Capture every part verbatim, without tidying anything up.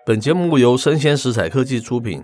本节目由生鲜食材科技出品，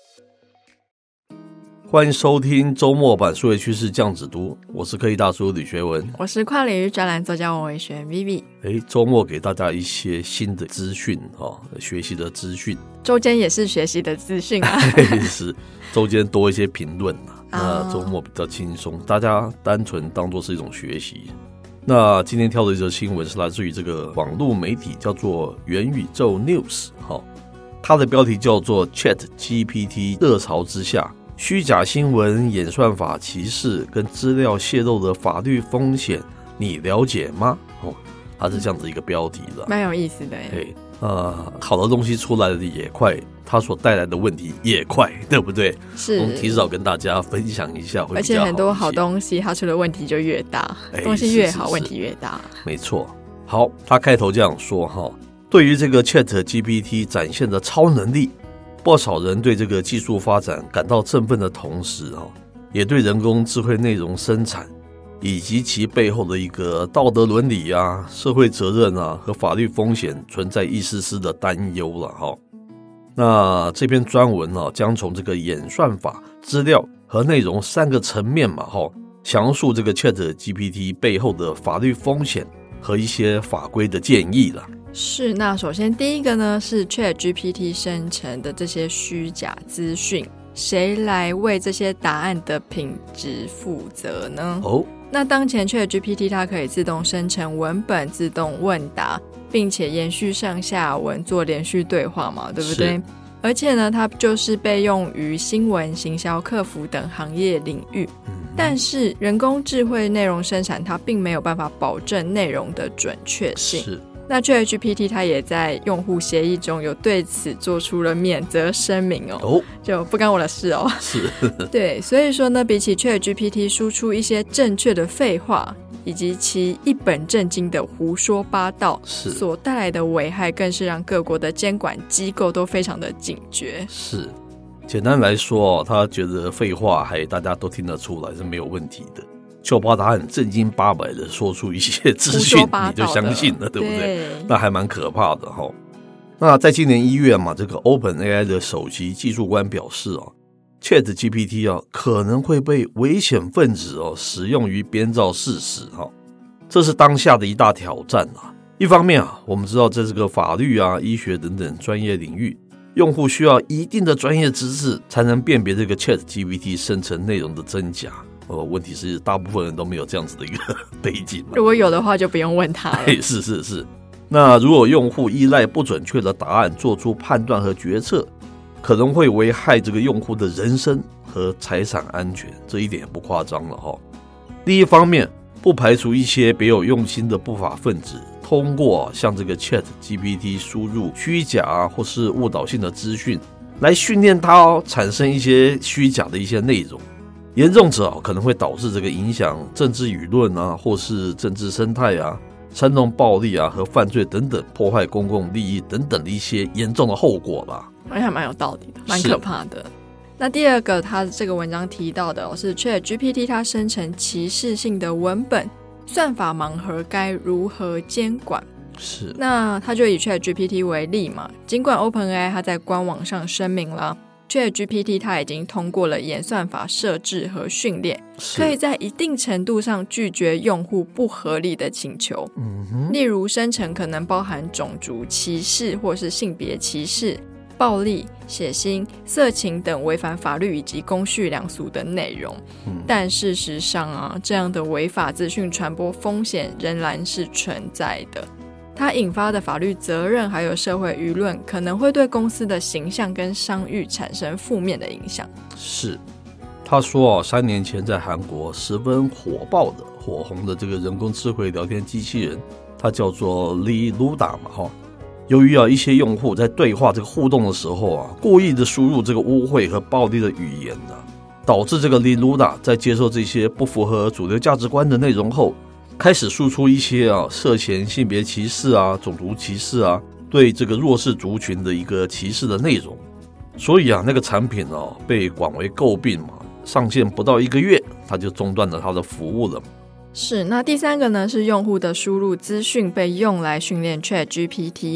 欢迎收听周末版数位趋势酱子读，我是科技大叔李学文， 我是跨领域专栏作家王维璇 Vivi。 周末给大家一些新的资讯、哦、学习的资讯， 周间也是学习的资讯啊是周间多一些评论、啊、那周末比较轻松，大家单纯当作是一种学习。那今天挑的一则新闻是来自于这个网络媒体，叫做元宇宙 News、哦、它的标题叫做 Chat G P T 热潮之下，虚假新闻、演算法歧视跟资料泄露的法律风险，你了解吗？哦，它是这样子一个标题的， 蛮有意思的耶。 对，呃，好的东西出来的也快，它所带来的问题也快，对不对？ 是， 我们提早跟大家分享一下会比较好一些， 而且很多好东西它出的问题就越大，东西越好，问题越大。 没错。好，他开头这样说哈，对于这个 Chat G P T 展现的超能力，不少人对这个技术发展感到振奋的同时，也对人工智慧内容生产以及其背后的一个道德伦理啊、社会责任啊和法律风险存在一丝丝的担忧了。那这篇专文将从这个演算法、资料和内容三个层面嘛，详述这个 Chat G P T 背后的法律风险和一些法规的建议了。 是，那首先第一个呢是 Chat G P T 生成的这些虚假资讯，谁来为这些答案的品质负责呢？ 哦， 那当前 Chat G P T 它可以自动生成文本、自动问答，并且延续上下文做连续对话嘛，对不对？而且呢，它就是被用于新闻、行销、客服等行业领域。嗯、但是人工智慧内容生产它并没有办法保证内容的准确性。是。那 Chat G P T 它也在用户协议中有对此做出了免责声明哦，哦就不干我的事哦。 是， 对，所以说呢，比起 Chat G P T 输出一些正确的废话，以及其一本正经的胡说八道，所带来的危害，更是让各国的监管机构都非常的警觉。 是，简单来说，他觉得废话还大家都听得出来是没有问题的。就怕他很正经八百的说出一些资讯，你就相信了，对不对？对，那还蛮可怕的哈。那在今年一月嘛，这个 OpenAI 的首席技术官表示啊 ，Chat G P T 啊可能会被危险分子哦使用于编造事实哈，这是当下的一大挑战啊。一方面啊，我们知道在这个法律啊、医学等等专业领域，用户需要一定的专业知识才能辨别这个 Chat G P T 生成内容的真假。哦、问题是大部分人都没有这样子的一个背景， 如果有的话就不用问他了。 是是是。那如果用户依赖不准确的答案做出判断和决策，可能会危害这个用户的人身和财产安全，这一点也不夸张了哈。另一方面，不排除一些别有用心的不法分子通过向这个 Chat G P T 输入虚假或是误导性的资讯，来训练它、哦、产生一些虚假的一些内容。严重者可能会导致这个影响政治舆论啊，或是政治生态啊，煽动暴力啊和犯罪等等，破坏公共利益等等的一些严重的后果吧。 而且还蛮有道理的，蛮可怕的。那第二个，他这个文章提到的、哦、是 Chat G P T 它生成歧视性的文本，算法盲盒该如何监管？ 是。那他就以 Chat G P T 为例嘛，尽管 OpenAI 它在官网上声明了。Chat G P T 它已经通过了演算法设置和训练，可以在一定程度上拒绝用户不合理的请求、嗯、例如生成可能包含种族歧视或是性别歧视、暴力、血腥、色情等违反法律以及公序良俗的内容、嗯、但事实上啊，这样的违法资讯传播风险仍然是存在的，它引发的法律责任还有社会舆论可能会对公司的形象跟商誉产生负面的影响。 是，他说、哦、三年前在韩国十分火爆的火红的这个人工智慧聊天机器人，它叫做 Lee Luda 嘛、哦、由于啊一些用户在对话这个互动的时候啊，故意的输入这个污秽和暴力的语言啊，导致这个 Lee Luda 在接受这些不符合主流价值观的内容后，开始输出一些啊涉嫌性别歧视啊、种族歧视啊、对这个弱势族群的一个歧视的内容。所以啊，那个产品啊被广为诟病嘛，上线不到一个月，它就中断了它的服务了。 是，那第三个呢是用户的输入资讯被用来训练 Chat G P T。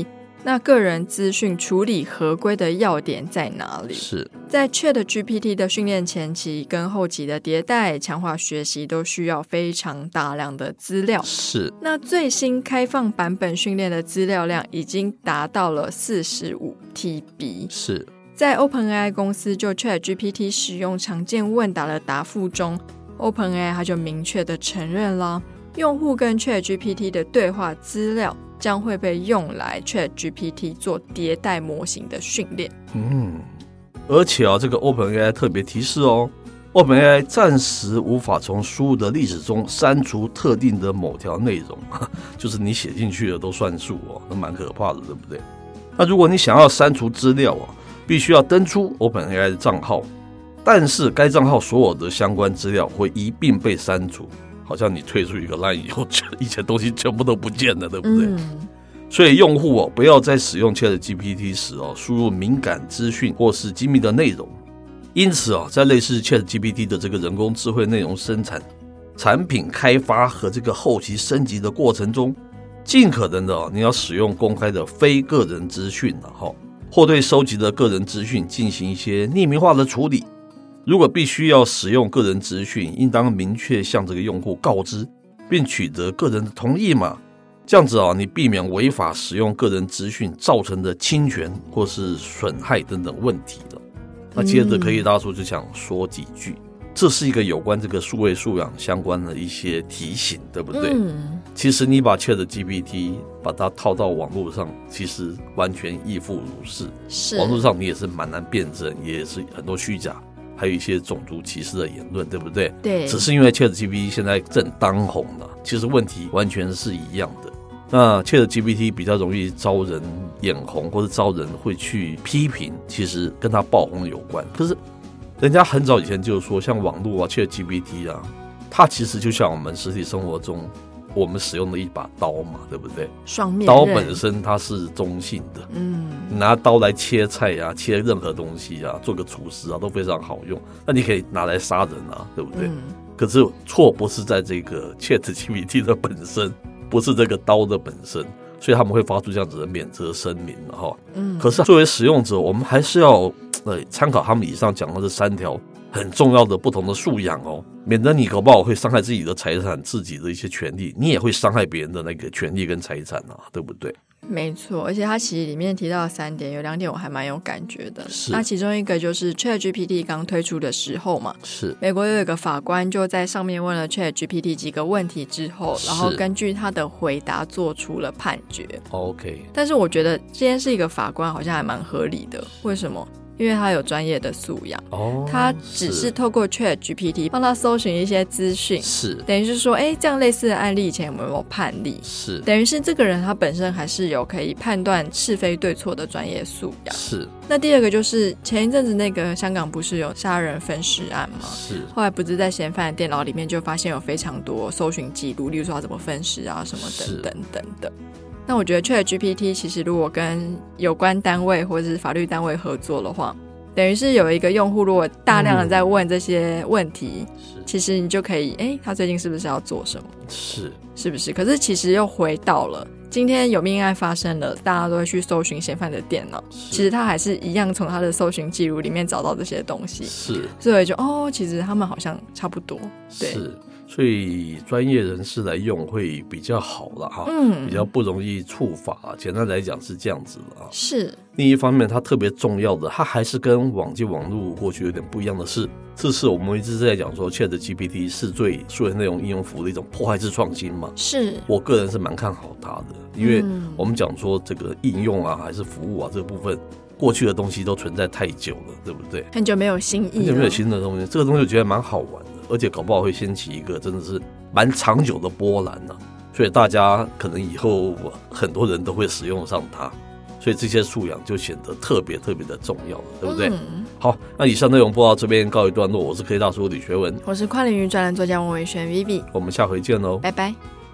那个人资讯处理合规的要点在哪里？ 是在 ChatGPT 的训练前期跟后期的迭代、强化学习都需要非常大量的资料。 是。 那最新开放版本训练的资料量已经达到了四十五 T B。 是。 在 OpenAI 公司就 ChatGPT 使用常见问答的答复中， OpenAI 它就明确的承认了，用户跟 ChatGPT 的对话资料将会被用来 ChatGPT 做迭代模型的训练。 嗯，而且啊，这个 OpenAI 特别提示哦， OpenAI 暂时无法从输入的历史中删除特定的某条内容，就是你写进去的都算数哦，那蛮可怕的，对不对？那如果你想要删除资料啊，必须要登出 OpenAI 的账号，但是该账号所有的相关资料会一并被删除，好像你退出一个 LINE 以后，以前东西全部都不见了，对不对？嗯，所以用户哦，不要在使用 ChatGPT 时哦，输入敏感资讯或是机密的内容。因此哦，在类似 ChatGPT 的这个人工智慧内容生产、产品开发和这个后期升级的过程中，尽可能的哦，你要使用公开的非个人资讯了哈。或对收集的个人资讯进行一些匿名化的处理。如果必须要使用个人资讯，应当明确向这个用户告知，并取得个人的同意嘛。这样子啊，你避免违法使用个人资讯造成的侵权或是损害等等问题了。那接着可以大叔就想说几句，这是一个有关这个数位素养相关的一些提醒，对不对？嗯，其实你把 ChatGPT 把它套到网络上，其实完全亦复如是。是，网络上你也是蛮难辩证，也是很多虚假，还有一些种族歧视的言论，对不对？对。只是因为 ChatGPT 现在正当红了，其实问题完全是一样的。那 ChatGPT 比较容易招人眼红，或者招人会去批评，其实跟它爆红有关。可是人家很早以前就说，像网络啊 ChatGPT 啊，它其实就像我们实体生活中我们使用的一把刀嘛，对不对？双面刃。刀本身它是中性的，嗯，拿刀来切菜啊，切任何东西啊，做个厨师啊都非常好用。那你可以拿来杀人啊，对不对？嗯，可是错不是在这个 ChatGPT 的本身，不是这个刀的本身，所以他们会发出这样子的免责声明哈。嗯，可是作为使用者，我们还是要呃参考他们以上讲的这三条很重要的不同的素养哦，免得你搞不好会伤害自己的财产、自己的一些权利，你也会伤害别人的那个权利跟财产啊，对不对？ 没错，而且他其实里面提到的三点，有两点我还蛮有感觉的。是，那其中一个就是 ChatGPT 刚推出的时候嘛，是美国有一个法官就在上面问了 ChatGPT 几个问题之后，然后根据他的回答做出了判决。OK， 但是我觉得今天是一个法官好像还蛮合理的，为什么？因为他有专业的素养，哦，他只是透过 ChatGPT 帮他搜寻一些资讯，是等于是说，哎，这样类似的案例以前有没有判例？是等于是这个人他本身还是有可以判断是非对错的专业素养。是。那第二个就是前一阵子那个香港不是有杀人分尸案吗？是。后来不是在嫌犯的电脑里面就发现有非常多搜寻记录，例如说他怎么分尸啊什么等等等等。那我觉得 ChatGPT 其实如果跟有关单位或者是法律单位合作的话，等于是有一个用户如果大量的在问这些问题，嗯，其实你就可以，哎，他最近是不是要做什么？是，是不是？可是其实又回到了今天有命案发生了，大家都会去搜寻嫌犯的电脑，其实他还是一样从他的搜寻记录里面找到这些东西。是，所以就哦，其实他们好像差不多。对。是， 所以专业人士来用会比较好了哈，嗯，比较不容易触法。简单来讲是这样子的啊。是。另一方面，它特别重要的，它还是跟网际网络过去有点不一样的是，这是我们一直在讲说 ChatGPT 是对数位内容应用服务的一种破坏式创新嘛。是。我个人是蛮看好它的，因为我们讲说这个应用啊还是服务啊这个部分，过去的东西都存在太久了，对不对？ 很久没有新意了， 很久没有新的东西，这个东西我觉得蛮好玩的。而且搞不好会掀起一个真的是蛮长久的波澜啊，所以大家可能以后很多人都会使用上它，所以这些素养就显得特别特别的重要了，对不对？嗯，好，那以上内容播到这边告一段落，我是科技大叔李学文， 我是跨领域专栏作家王伟轩 Vivi， 我们下回见喽， 拜拜。